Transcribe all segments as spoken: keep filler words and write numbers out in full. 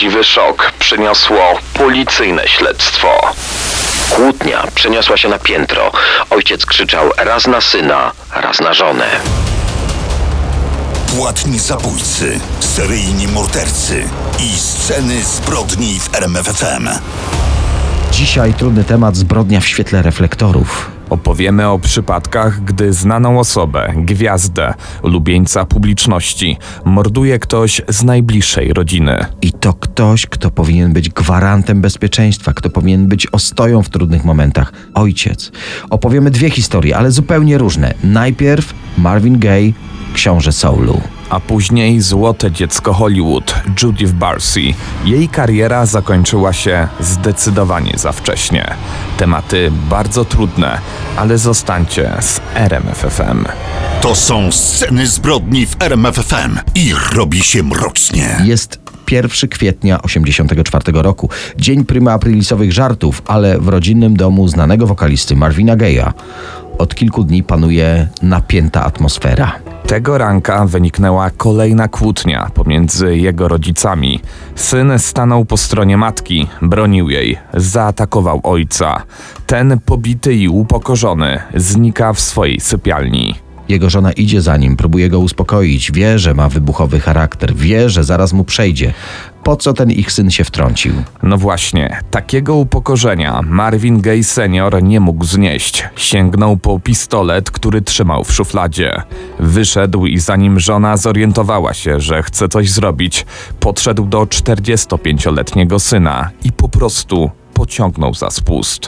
prawdziwy szok przyniosło policyjne śledztwo. Kłótnia przeniosła się na piętro. Ojciec krzyczał raz na syna, raz na żonę. Płatni zabójcy, seryjni mordercy i sceny zbrodni w R M F F M. Dzisiaj trudny temat: zbrodnia w świetle reflektorów. Opowiemy o przypadkach, gdy znaną osobę, gwiazdę, ulubieńca publiczności morduje ktoś z najbliższej rodziny. I to ktoś, kto powinien być gwarantem bezpieczeństwa, kto powinien być ostoją w trudnych momentach. Ojciec. Opowiemy dwie historie, ale zupełnie różne. Najpierw Marvin Gaye, książę soulu. A później złote dziecko Hollywood, Judith Barsi. Jej kariera zakończyła się zdecydowanie za wcześnie. Tematy bardzo trudne, ale zostańcie z R M F F M. To są sceny zbrodni w R M F F M i robi się mrocznie. Jest pierwszego kwietnia osiemdziesiątego czwartego roku. Dzień prima aprilisowych żartów, ale w rodzinnym domu znanego wokalisty Marvina Gaye'a od kilku dni panuje napięta atmosfera. Tego ranka wyniknęła kolejna kłótnia pomiędzy jego rodzicami. Syn stanął po stronie matki, bronił jej, zaatakował ojca. Ten, pobity i upokorzony, znika w swojej sypialni. Jego żona idzie za nim, próbuje go uspokoić, wie, że ma wybuchowy charakter, wie, że zaraz mu przejdzie. Po co ten ich syn się wtrącił? No właśnie, takiego upokorzenia Marvin Gaye senior nie mógł znieść. Sięgnął po pistolet, który trzymał w szufladzie. Wyszedł i zanim żona zorientowała się, że chce coś zrobić, podszedł do czterdziestopięcioletniego syna i po prostu pociągnął za spust.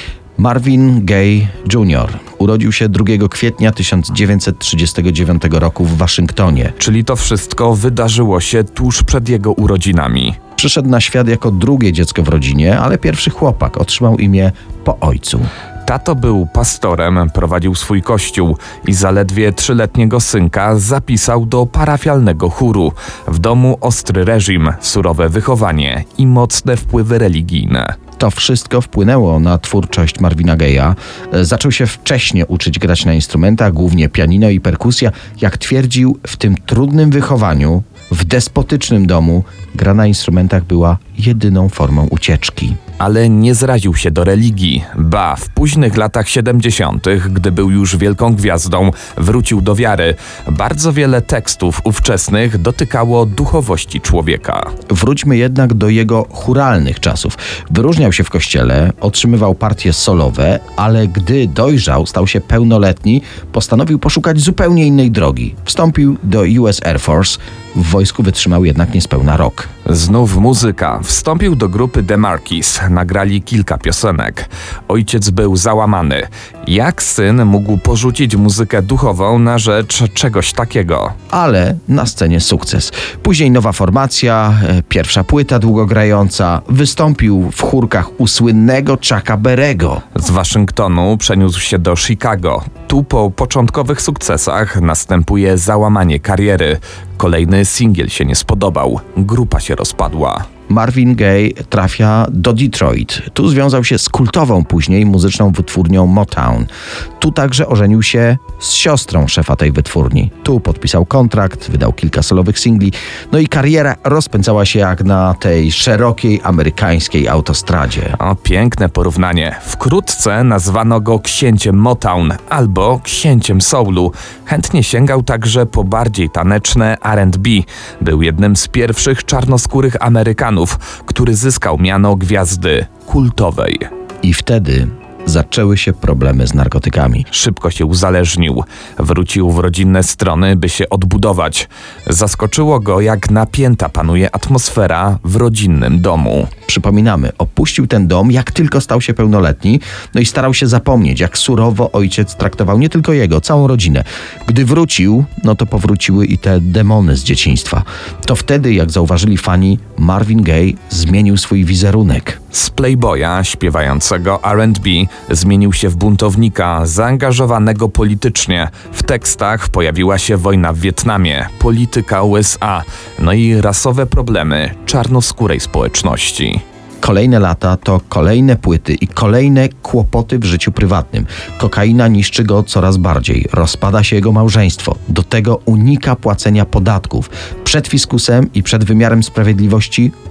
Marvin Gaye junior urodził się drugiego kwietnia tysiąc dziewięćset trzydziestego dziewiątego roku w Waszyngtonie. Czyli to wszystko wydarzyło się tuż przed jego urodzinami. Przyszedł na świat jako drugie dziecko w rodzinie, ale pierwszy chłopak otrzymał imię po ojcu. Tato był pastorem, prowadził swój kościół i zaledwie trzyletniego synka zapisał do parafialnego chóru. W domu ostry reżim, surowe wychowanie i mocne wpływy religijne. To wszystko wpłynęło na twórczość Marvina Gaye'a. Zaczął się wcześnie uczyć grać na instrumentach, głównie pianino i perkusja. Jak twierdził, w tym trudnym wychowaniu, w despotycznym domu, gra na instrumentach była jedyną formą ucieczki. Ale nie zraził się do religii. Ba, w późnych latach siedemdziesiątych, gdy był już wielką gwiazdą, wrócił do wiary. Bardzo wiele tekstów ówczesnych dotykało duchowości człowieka. Wróćmy jednak do jego chóralnych czasów. Wyróżniał się w kościele, otrzymywał partie solowe, ale gdy dojrzał, stał się pełnoletni, postanowił poszukać zupełnie innej drogi. Wstąpił do U S Air Force. W wojsku wytrzymał jednak niespełna rok. Znów muzyka. Wstąpił do grupy The Marquis. Nagrali kilka piosenek. Ojciec był załamany. Jak syn mógł porzucić muzykę duchową na rzecz czegoś takiego? Ale na scenie sukces. Później nowa formacja, e, pierwsza płyta długogrająca. Wystąpił w chórkach u słynnego Chucka Berry'ego. Z Waszyngtonu przeniósł się do Chicago. Tu po początkowych sukcesach następuje załamanie kariery. Kolejny singiel się nie spodobał. Grupa się rozpadła. Marvin Gaye trafia do Detroit. Tu związał się z kultową później muzyczną wytwórnią Motown. Tu także ożenił się z siostrą szefa tej wytwórni. Tu podpisał kontrakt, wydał kilka solowych singli. No i kariera rozpędzała się jak na tej szerokiej amerykańskiej autostradzie. O, piękne porównanie. Wkrótce nazwano go księciem Motown albo księciem soulu. Chętnie sięgał także po bardziej taneczne R and B. Był jednym z pierwszych czarnoskórych Amerykanów, który zyskał miano gwiazdy kultowej. I wtedy zaczęły się problemy z narkotykami. Szybko się uzależnił. Wrócił w rodzinne strony, by się odbudować. Zaskoczyło go, jak napięta panuje atmosfera w rodzinnym domu. Przypominamy, opuścił ten dom, jak tylko stał się pełnoletni, no i starał się zapomnieć, jak surowo ojciec traktował nie tylko jego, całą rodzinę. Gdy wrócił, no to powróciły i te demony z dzieciństwa. To wtedy, jak zauważyli fani, Marvin Gaye zmienił swój wizerunek. Z playboya śpiewającego R and B zmienił się w buntownika, zaangażowanego politycznie. W tekstach pojawiła się wojna w Wietnamie, polityka U S A, no i rasowe problemy czarnoskórej społeczności. Kolejne lata to kolejne płyty i kolejne kłopoty w życiu prywatnym. Kokaina niszczy go coraz bardziej. Rozpada się jego małżeństwo. Do tego unika płacenia podatków. Przed fiskusem i przed wymiarem sprawiedliwości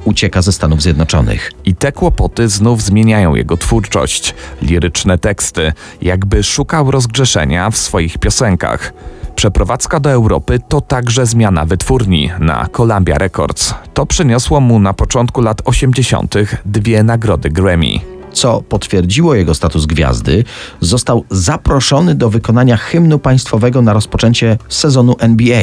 ucieka ze Stanów Zjednoczonych. I te kłopoty znów zmieniają jego twórczość. Liryczne teksty, jakby szukał rozgrzeszenia w swoich piosenkach. Przeprowadzka do Europy to także zmiana wytwórni na Columbia Records. To przyniosło mu na początku lat osiemdziesiątych dwie nagrody Grammy. Co potwierdziło jego status gwiazdy, został zaproszony do wykonania hymnu państwowego na rozpoczęcie sezonu N B A.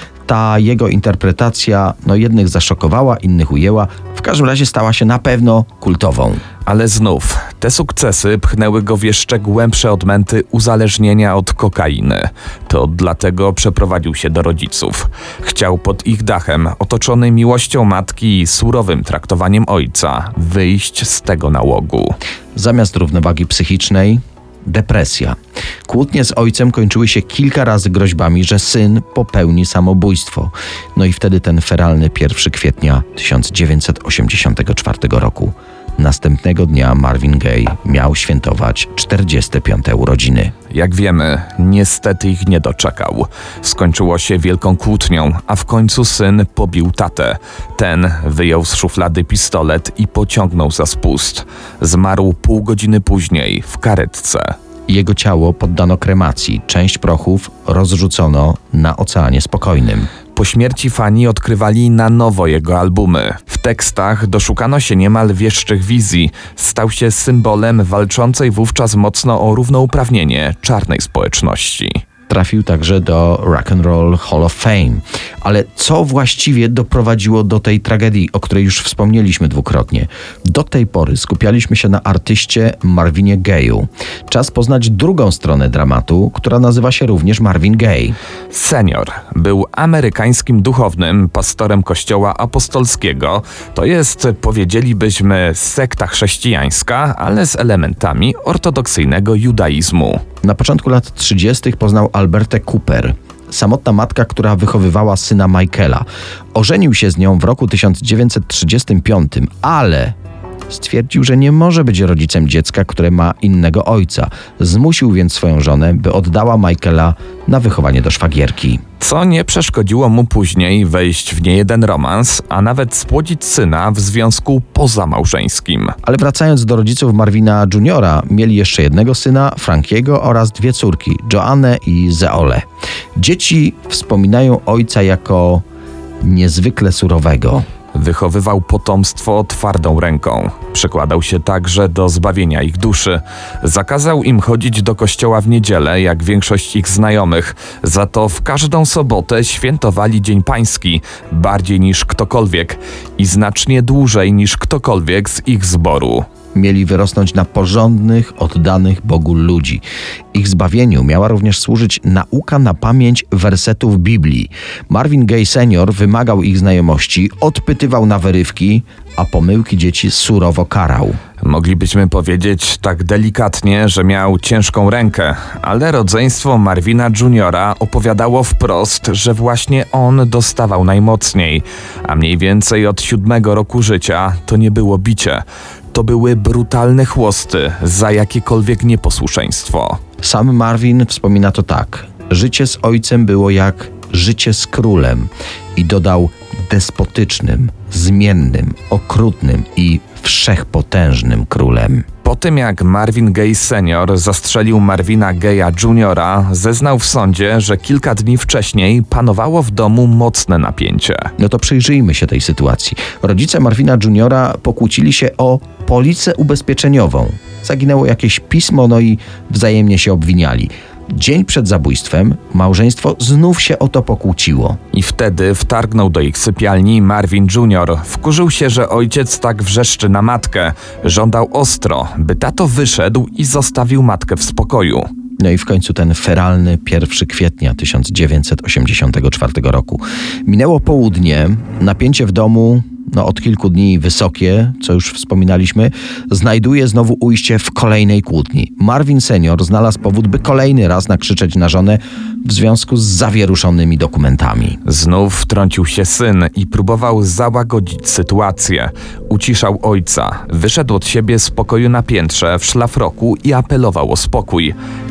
Ta jego interpretacja no jednych zaszokowała, innych ujęła, w każdym razie stała się na pewno kultową. Ale znów, te sukcesy pchnęły go w jeszcze głębsze odmęty uzależnienia od kokainy. To dlatego przeprowadził się do rodziców. Chciał pod ich dachem, otoczony miłością matki i surowym traktowaniem ojca, wyjść z tego nałogu. Zamiast równowagi psychicznej, depresja. Kłótnie z ojcem kończyły się kilka razy groźbami, że syn popełni samobójstwo. No i wtedy ten feralny pierwszego kwietnia tysiąc dziewięćset osiemdziesiątego czwartego roku. Następnego dnia Marvin Gaye miał świętować czterdzieste piąte urodziny. Jak wiemy, niestety ich nie doczekał. Skończyło się wielką kłótnią, a w końcu syn pobił tatę. Ten wyjął z szuflady pistolet i pociągnął za spust. Zmarł pół godziny później w karetce. Jego ciało poddano kremacji. Część prochów rozrzucono na Oceanie Spokojnym. Po śmierci fani odkrywali na nowo jego albumy. W tekstach doszukano się niemal wieszczych wizji. Stał się symbolem walczącej wówczas mocno o równouprawnienie czarnej społeczności. Trafił także do Rock and Roll Hall of Fame. Ale co właściwie doprowadziło do tej tragedii, o której już wspomnieliśmy dwukrotnie? Do tej pory skupialiśmy się na artyście Marvinie Gaye'u. Czas poznać drugą stronę dramatu, która nazywa się również Marvin Gaye. Senior był amerykańskim duchownym, pastorem kościoła apostolskiego. To jest, powiedzielibyśmy, sekta chrześcijańska, ale z elementami ortodoksyjnego judaizmu. Na początku lat trzydziestych poznał Albertę Cooper, samotna matka, która wychowywała syna Michaela. Ożenił się z nią w roku tysiąc dziewięćset trzydziestym piątym, ale stwierdził, że nie może być rodzicem dziecka, które ma innego ojca. Zmusił więc swoją żonę, by oddała Michaela na wychowanie do szwagierki. Co nie przeszkodziło mu później wejść w niejeden romans, a nawet spłodzić syna w związku pozamałżeńskim. Ale wracając do rodziców Marvina juniora, mieli jeszcze jednego syna, Frankiego, oraz dwie córki, Joannę i Zeolę. Dzieci wspominają ojca jako niezwykle surowego. Wychowywał potomstwo twardą ręką. Przykładał się także do zbawienia ich duszy. Zakazał im chodzić do kościoła w niedzielę, jak większość ich znajomych. Za to w każdą sobotę świętowali Dzień Pański, bardziej niż ktokolwiek i znacznie dłużej niż ktokolwiek z ich zboru. Mieli wyrosnąć na porządnych, oddanych Bogu ludzi. Ich zbawieniu miała również służyć nauka na pamięć wersetów Biblii. Marvin Gaye senior wymagał ich znajomości, odpytywał na wyrywki, a pomyłki dzieci surowo karał. Moglibyśmy powiedzieć tak delikatnie, że miał ciężką rękę, ale rodzeństwo Marvina juniora opowiadało wprost, że właśnie on dostawał najmocniej, a mniej więcej od siódmego roku życia to nie było bicie. To były brutalne chłosty za jakiekolwiek nieposłuszeństwo. Sam Marvin wspomina to tak. Życie z ojcem było jak życie z królem i dodał despotycznym, zmiennym, okrutnym i wszechpotężnym królem. Po tym jak Marvin Gaye senior zastrzelił Marvina Gaye'a juniora, zeznał w sądzie, że kilka dni wcześniej panowało w domu mocne napięcie. No to przyjrzyjmy się tej sytuacji. Rodzice Marvina juniora pokłócili się o polisę ubezpieczeniową. Zaginęło jakieś pismo, no i wzajemnie się obwiniali. Dzień przed zabójstwem małżeństwo znów się o to pokłóciło. I wtedy wtargnął do ich sypialni Marvin junior. Wkurzył się, że ojciec tak wrzeszczy na matkę. Żądał ostro, by tato wyszedł i zostawił matkę w spokoju. No i w końcu ten feralny pierwszego kwietnia tysiąc dziewięćset osiemdziesiątego czwartego roku. Minęło południe, napięcie w domu no od kilku dni wysokie, co już wspominaliśmy, znajduje znowu ujście w kolejnej kłótni. Marvin senior znalazł powód, by kolejny raz nakrzyczeć na żonę w związku z zawieruszonymi dokumentami. Znów wtrącił się syn i próbował załagodzić sytuację. Uciszał ojca, wyszedł od siebie z pokoju na piętrze w szlafroku i apelował o spokój.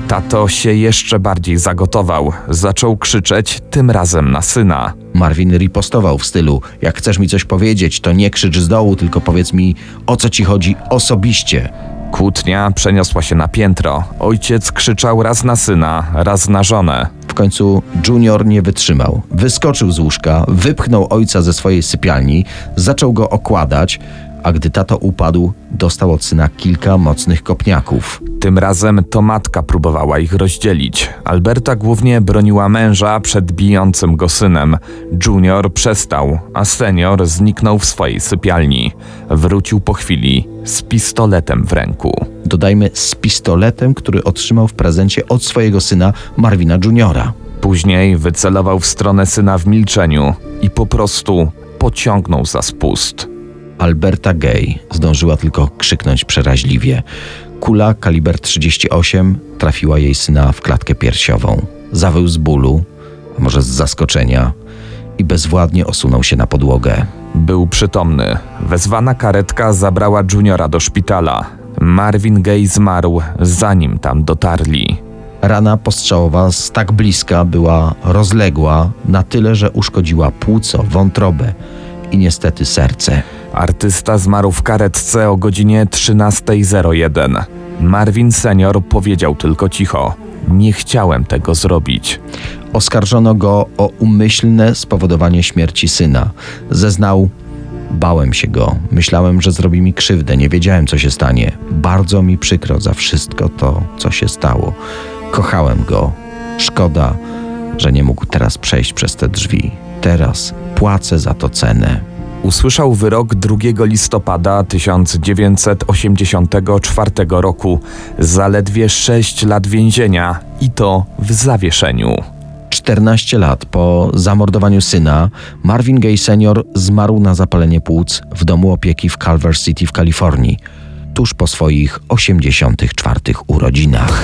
Tato się jeszcze bardziej zagotował. Zaczął krzyczeć, tym razem na syna. Marvin ripostował w stylu: jak chcesz mi coś powiedzieć, to nie krzycz z dołu, tylko powiedz mi, o co ci chodzi osobiście. Kłótnia przeniosła się na piętro. Ojciec krzyczał raz na syna, raz na żonę. W końcu Junior nie wytrzymał. Wyskoczył z łóżka, wypchnął ojca ze swojej sypialni, zaczął go okładać, a gdy tato upadł, dostał od syna kilka mocnych kopniaków. Tym razem to matka próbowała ich rozdzielić. Alberta głównie broniła męża przed bijącym go synem. Junior przestał, a senior zniknął w swojej sypialni. Wrócił po chwili z pistoletem w ręku. Dodajmy, z pistoletem, który otrzymał w prezencie od swojego syna Marvina Juniora. Później wycelował w stronę syna w milczeniu i po prostu pociągnął za spust. Alberta Gay zdążyła tylko krzyknąć przeraźliwie. Kula kaliber trzydzieści osiem trafiła jej syna w klatkę piersiową. Zawył z bólu, a może z zaskoczenia, i bezwładnie osunął się na podłogę. Był przytomny. Wezwana karetka zabrała Juniora do szpitala. Marvin Gay zmarł, zanim tam dotarli. Rana postrzałowa z tak bliska była rozległa na tyle, że uszkodziła płuco, wątrobę i niestety serce. Artysta zmarł w karetce o godzinie trzynasta zero jeden. Marvin senior powiedział tylko cicho: nie chciałem tego zrobić. Oskarżono go o umyślne spowodowanie śmierci syna. Zeznał: bałem się go, myślałem, że zrobi mi krzywdę, nie wiedziałem, co się stanie. Bardzo mi przykro za wszystko to, co się stało. Kochałem go. Szkoda, że nie mógł teraz przejść przez te drzwi. Teraz płacę za to cenę. Usłyszał wyrok drugiego listopada tysiąc dziewięćset osiemdziesiątego czwartego roku. Zaledwie sześć lat więzienia i to w zawieszeniu. czternaście lat po zamordowaniu syna, Marvin Gay senior zmarł na zapalenie płuc w domu opieki w Culver City w Kalifornii, tuż po swoich osiemdziesiątych czwartych urodzinach.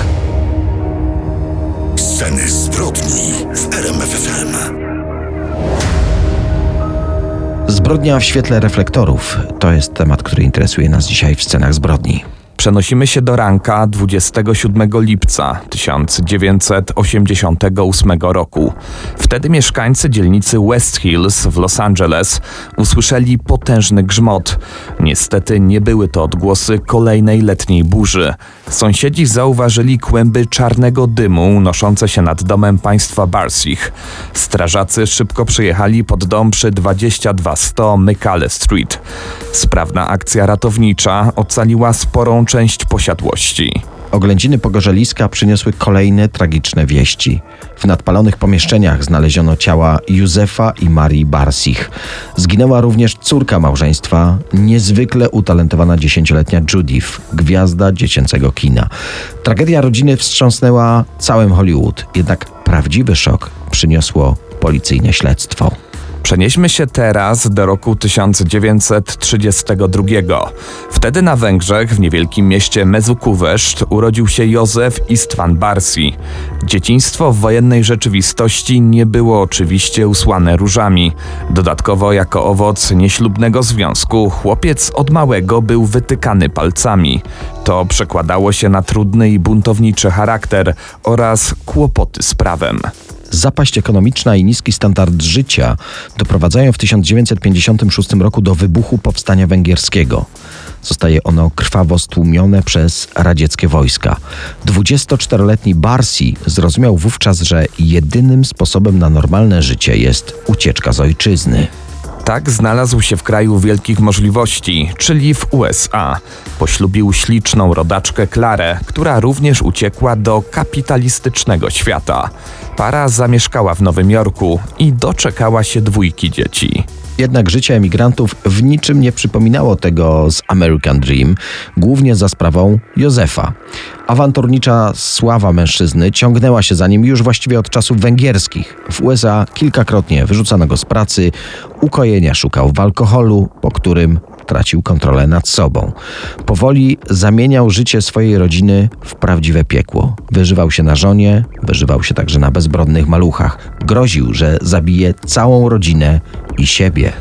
Sceny zbrodni w R M F F M. Zbrodnia w świetle reflektorów to jest temat, który interesuje nas dzisiaj w Scenach zbrodni. Przenosimy się do ranka dwudziestego siódmego lipca tysiąc dziewięćset osiemdziesiątego ósmego roku. Wtedy mieszkańcy dzielnicy West Hills w Los Angeles usłyszeli potężny grzmot. Niestety nie były to odgłosy kolejnej letniej burzy. Sąsiedzi zauważyli kłęby czarnego dymu unoszące się nad domem państwa Barsich. Strażacy szybko przyjechali pod dom przy dwadzieścia dwa sto McCalle Street. Sprawna akcja ratownicza ocaliła sporą część posiadłości. Oględziny pogorzeliska przyniosły kolejne tragiczne wieści. W nadpalonych pomieszczeniach znaleziono ciała Józefa i Marii Barsich. Zginęła również córka małżeństwa, niezwykle utalentowana dziesięcioletnia Judith, gwiazda dziecięcego kina. Tragedia rodziny wstrząsnęła całym Hollywood, jednak prawdziwy szok przyniosło policyjne śledztwo. Przenieśmy się teraz do roku tysiąc dziewięćset trzydziestego drugiego. Wtedy na Węgrzech, w niewielkim mieście Mezőkövesd, urodził się Józef István Barsi. Dzieciństwo w wojennej rzeczywistości nie było oczywiście usłane różami. Dodatkowo, jako owoc nieślubnego związku, chłopiec od małego był wytykany palcami. To przekładało się na trudny i buntowniczy charakter oraz kłopoty z prawem. Zapaść ekonomiczna i niski standard życia doprowadzają w tysiąc dziewięćset pięćdziesiątym szóstym roku do wybuchu powstania węgierskiego. Zostaje ono krwawo stłumione przez radzieckie wojska. dwudziestoczteroletni Barsi zrozumiał wówczas, że jedynym sposobem na normalne życie jest ucieczka z ojczyzny. Tak znalazł się w kraju wielkich możliwości, czyli w U S A. Poślubił śliczną rodaczkę Klarę, która również uciekła do kapitalistycznego świata. Para zamieszkała w Nowym Jorku i doczekała się dwójki dzieci. Jednak życie emigrantów w niczym nie przypominało tego z American Dream, głównie za sprawą Józefa. Awanturnicza sława mężczyzny ciągnęła się za nim już właściwie od czasów węgierskich. W U S A kilkakrotnie wyrzucano go z pracy, ukojenia szukał w alkoholu, po którym tracił kontrolę nad sobą. Powoli zamieniał życie swojej rodziny w prawdziwe piekło. Wyżywał się na żonie, wyżywał się także na bezbronnych maluchach. Groził, że zabije całą rodzinę i siebie.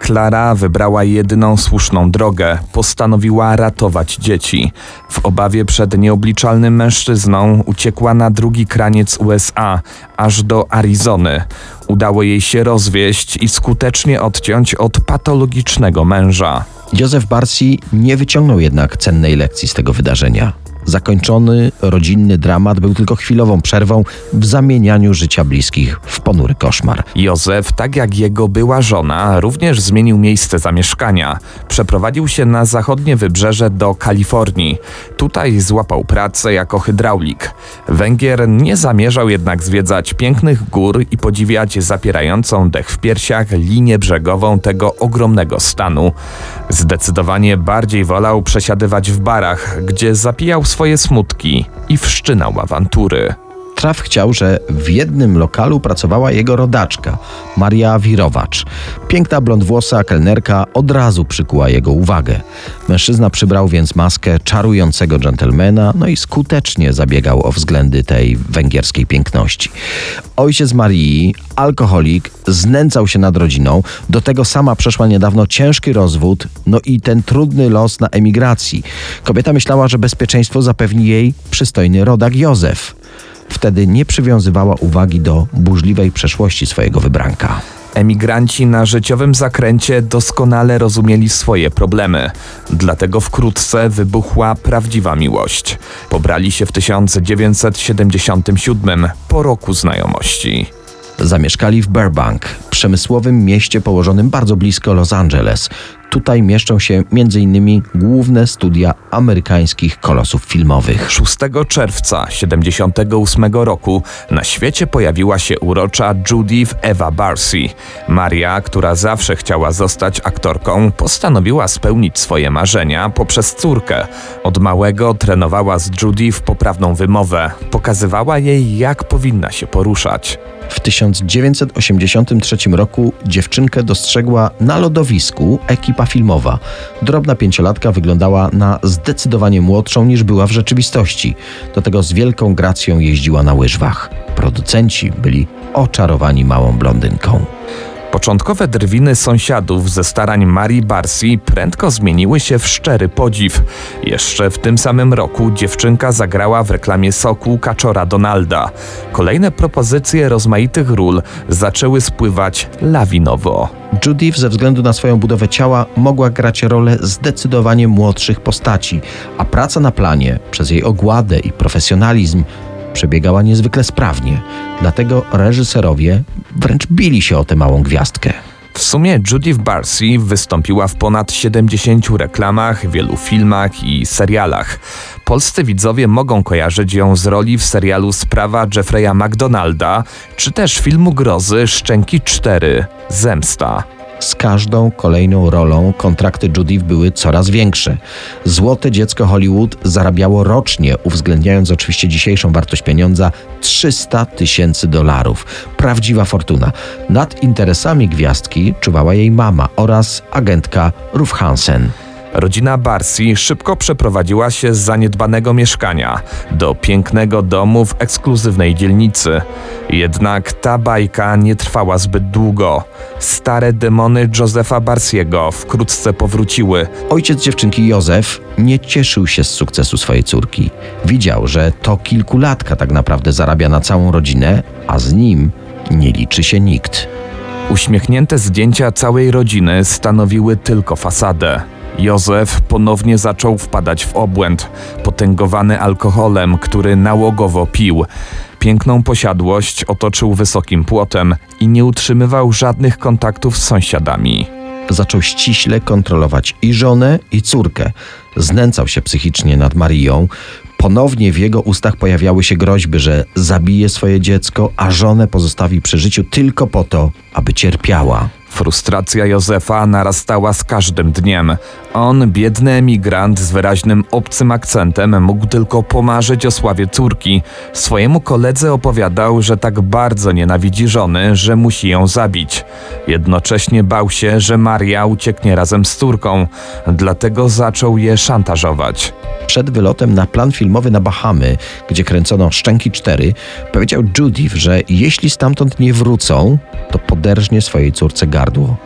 Klara wybrała jedyną słuszną drogę. Postanowiła ratować dzieci. W obawie przed nieobliczalnym mężczyzną uciekła na drugi kraniec U S A, aż do Arizony. Udało jej się rozwieść i skutecznie odciąć od patologicznego męża. Joseph Barsi nie wyciągnął jednak cennej lekcji z tego wydarzenia. Zakończony rodzinny dramat był tylko chwilową przerwą w zamienianiu życia bliskich w ponury koszmar. Józef, tak jak jego była żona, również zmienił miejsce zamieszkania. Przeprowadził się na zachodnie wybrzeże do Kalifornii. Tutaj złapał pracę jako hydraulik. Węgier nie zamierzał jednak zwiedzać pięknych gór i podziwiać zapierającą dech w piersiach linię brzegową tego ogromnego stanu. Zdecydowanie bardziej wolał przesiadywać w barach, gdzie zapijał swoje smutki i wszczynał awantury. Traf chciał, że w jednym lokalu pracowała jego rodaczka, Maria Wirowacz. Piękna blondwłosa kelnerka od razu przykuła jego uwagę. Mężczyzna przybrał więc maskę czarującego dżentelmena, no i skutecznie zabiegał o względy tej węgierskiej piękności. Ojciec Marii, alkoholik, znęcał się nad rodziną, do tego sama przeszła niedawno ciężki rozwód, no i ten trudny los na emigracji. Kobieta myślała, że bezpieczeństwo zapewni jej przystojny rodak Józef. Wtedy nie przywiązywała uwagi do burzliwej przeszłości swojego wybranka. Emigranci na życiowym zakręcie doskonale rozumieli swoje problemy. Dlatego wkrótce wybuchła prawdziwa miłość. Pobrali się w tysiąc dziewięćset siedemdziesiątym siódmym, po roku znajomości. Zamieszkali w Burbank, przemysłowym mieście położonym bardzo blisko Los Angeles. Tutaj mieszczą się między innymi główne studia amerykańskich kolosów filmowych. szóstego czerwca tysiąc dziewięćset siedemdziesiątego ósmego roku na świecie pojawiła się urocza Judith Eva Barsi. Maria, która zawsze chciała zostać aktorką, postanowiła spełnić swoje marzenia poprzez córkę. Od małego trenowała z Judith poprawną wymowę. Pokazywała jej, jak powinna się poruszać. W tysiąc dziewięćset osiemdziesiątym trzecim roku dziewczynkę dostrzegła na lodowisku ekipa filmowa. Drobna pięciolatka wyglądała na zdecydowanie młodszą niż była w rzeczywistości. Do tego z wielką gracją jeździła na łyżwach. Producenci byli oczarowani małą blondynką. Początkowe drwiny sąsiadów ze starań Marii Barsi prędko zmieniły się w szczery podziw. Jeszcze w tym samym roku dziewczynka zagrała w reklamie soku Kaczora Donalda. Kolejne propozycje rozmaitych ról zaczęły spływać lawinowo. Judith ze względu na swoją budowę ciała mogła grać rolę zdecydowanie młodszych postaci, a praca na planie przez jej ogładę i profesjonalizm przebiegała niezwykle sprawnie. Dlatego reżyserowie wręcz bili się o tę małą gwiazdkę. W sumie Judith Barsi wystąpiła w ponad siedemdziesięciu reklamach, wielu filmach i serialach. Polscy widzowie mogą kojarzyć ją z roli w serialu Sprawa Jeffreya McDonalda, czy też filmu grozy Szczęki cztery – Zemsta. Z każdą kolejną rolą kontrakty Judith były coraz większe. Złote dziecko Hollywood zarabiało rocznie, uwzględniając oczywiście dzisiejszą wartość pieniądza, trzysta tysięcy dolarów. Prawdziwa fortuna. Nad interesami gwiazdki czuwała jej mama oraz agentka Ruth Hansen. Rodzina Barsi szybko przeprowadziła się z zaniedbanego mieszkania do pięknego domu w ekskluzywnej dzielnicy. Jednak ta bajka nie trwała zbyt długo. Stare demony Josepha Barsiego wkrótce powróciły. Ojciec dziewczynki Józef nie cieszył się z sukcesu swojej córki. Widział, że to kilkulatka tak naprawdę zarabia na całą rodzinę, a z nim nie liczy się nikt. Uśmiechnięte zdjęcia całej rodziny stanowiły tylko fasadę. Józef ponownie zaczął wpadać w obłęd, potęgowany alkoholem, który nałogowo pił. Piękną posiadłość otoczył wysokim płotem i nie utrzymywał żadnych kontaktów z sąsiadami. Zaczął ściśle kontrolować i żonę, i córkę. Znęcał się psychicznie nad Marią. Ponownie w jego ustach pojawiały się groźby, że zabije swoje dziecko, a żonę pozostawi przy życiu tylko po to, aby cierpiała. Frustracja Józefa narastała z każdym dniem. On, biedny emigrant z wyraźnym obcym akcentem, mógł tylko pomarzyć o sławie córki. Swojemu koledze opowiadał, że tak bardzo nienawidzi żony, że musi ją zabić. Jednocześnie bał się, że Maria ucieknie razem z córką, dlatego zaczął je szantażować. Przed wylotem na plan filmowy na Bahamy, gdzie kręcono Szczęki cztery, powiedział Judith, że jeśli stamtąd nie wrócą, to poderżnie swojej córce gardło.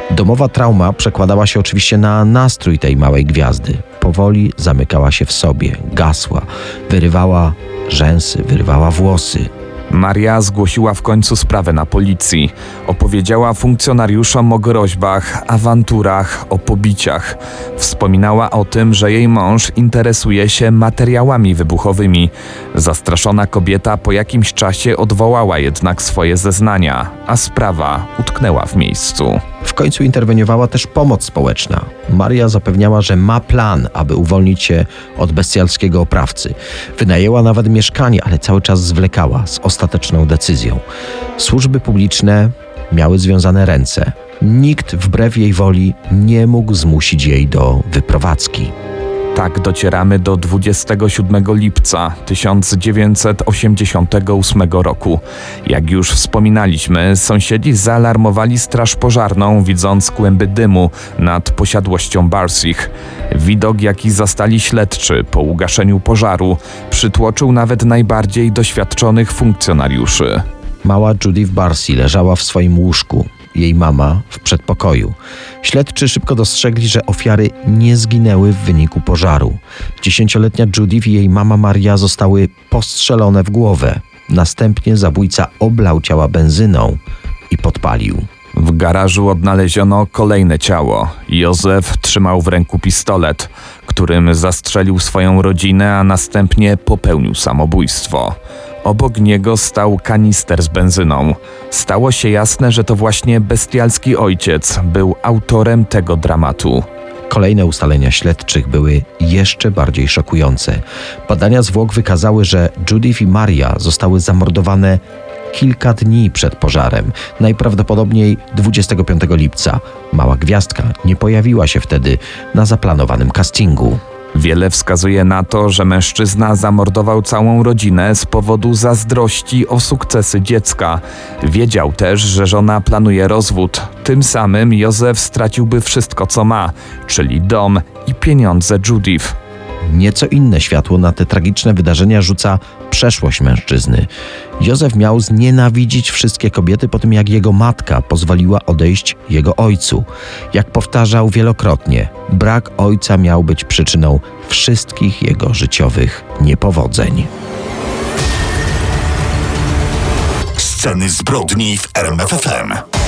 Domowa trauma przekładała się oczywiście na nastrój tej małej gwiazdy. Powoli zamykała się w sobie, gasła, wyrywała rzęsy, wyrywała włosy. Maria zgłosiła w końcu sprawę na policji. Opowiedziała funkcjonariuszom o groźbach, awanturach, o pobiciach. Wspominała o tym, że jej mąż interesuje się materiałami wybuchowymi. Zastraszona kobieta po jakimś czasie odwołała jednak swoje zeznania, a sprawa utknęła w miejscu. W końcu interweniowała też pomoc społeczna. Maria zapewniała, że ma plan, aby uwolnić się od bestialskiego oprawcy. Wynajęła nawet mieszkanie, ale cały czas zwlekała z ostateczną decyzją. Służby publiczne miały związane ręce. Nikt wbrew jej woli nie mógł zmusić jej do wyprowadzki. Tak docieramy do dwudziestego siódmego lipca tysiąc dziewięćset osiemdziesiątego ósmego roku. Jak już wspominaliśmy, sąsiedzi zaalarmowali straż pożarną, widząc kłęby dymu nad posiadłością Barsich. Widok, jaki zastali śledczy po ugaszeniu pożaru, przytłoczył nawet najbardziej doświadczonych funkcjonariuszy. Mała Judith Barsi leżała w swoim łóżku, jej mama w przedpokoju. Śledczy szybko dostrzegli, że ofiary nie zginęły w wyniku pożaru. Dziesięcioletnia Judith i jej mama Maria zostały postrzelone w głowę. Następnie zabójca oblał ciała benzyną i podpalił. W garażu odnaleziono kolejne ciało. Józef trzymał w ręku pistolet, którym zastrzelił swoją rodzinę, a następnie popełnił samobójstwo. Obok niego stał kanister z benzyną. Stało się jasne, że to właśnie bestialski ojciec był autorem tego dramatu. Kolejne ustalenia śledczych były jeszcze bardziej szokujące. Badania zwłok wykazały, że Judith i Maria zostały zamordowane kilka dni przed pożarem, najprawdopodobniej dwudziestego piątego lipca. Mała gwiazdka nie pojawiła się wtedy na zaplanowanym castingu. Wiele wskazuje na to, że mężczyzna zamordował całą rodzinę z powodu zazdrości o sukcesy dziecka. Wiedział też, że żona planuje rozwód. Tym samym Józef straciłby wszystko, co ma, czyli dom i pieniądze Judith. Nieco inne światło na te tragiczne wydarzenia rzuca przeszłość mężczyzny. Józef miał znienawidzić wszystkie kobiety po tym, jak jego matka pozwoliła odejść jego ojcu. Jak powtarzał wielokrotnie, brak ojca miał być przyczyną wszystkich jego życiowych niepowodzeń. Sceny zbrodni w R M F F M.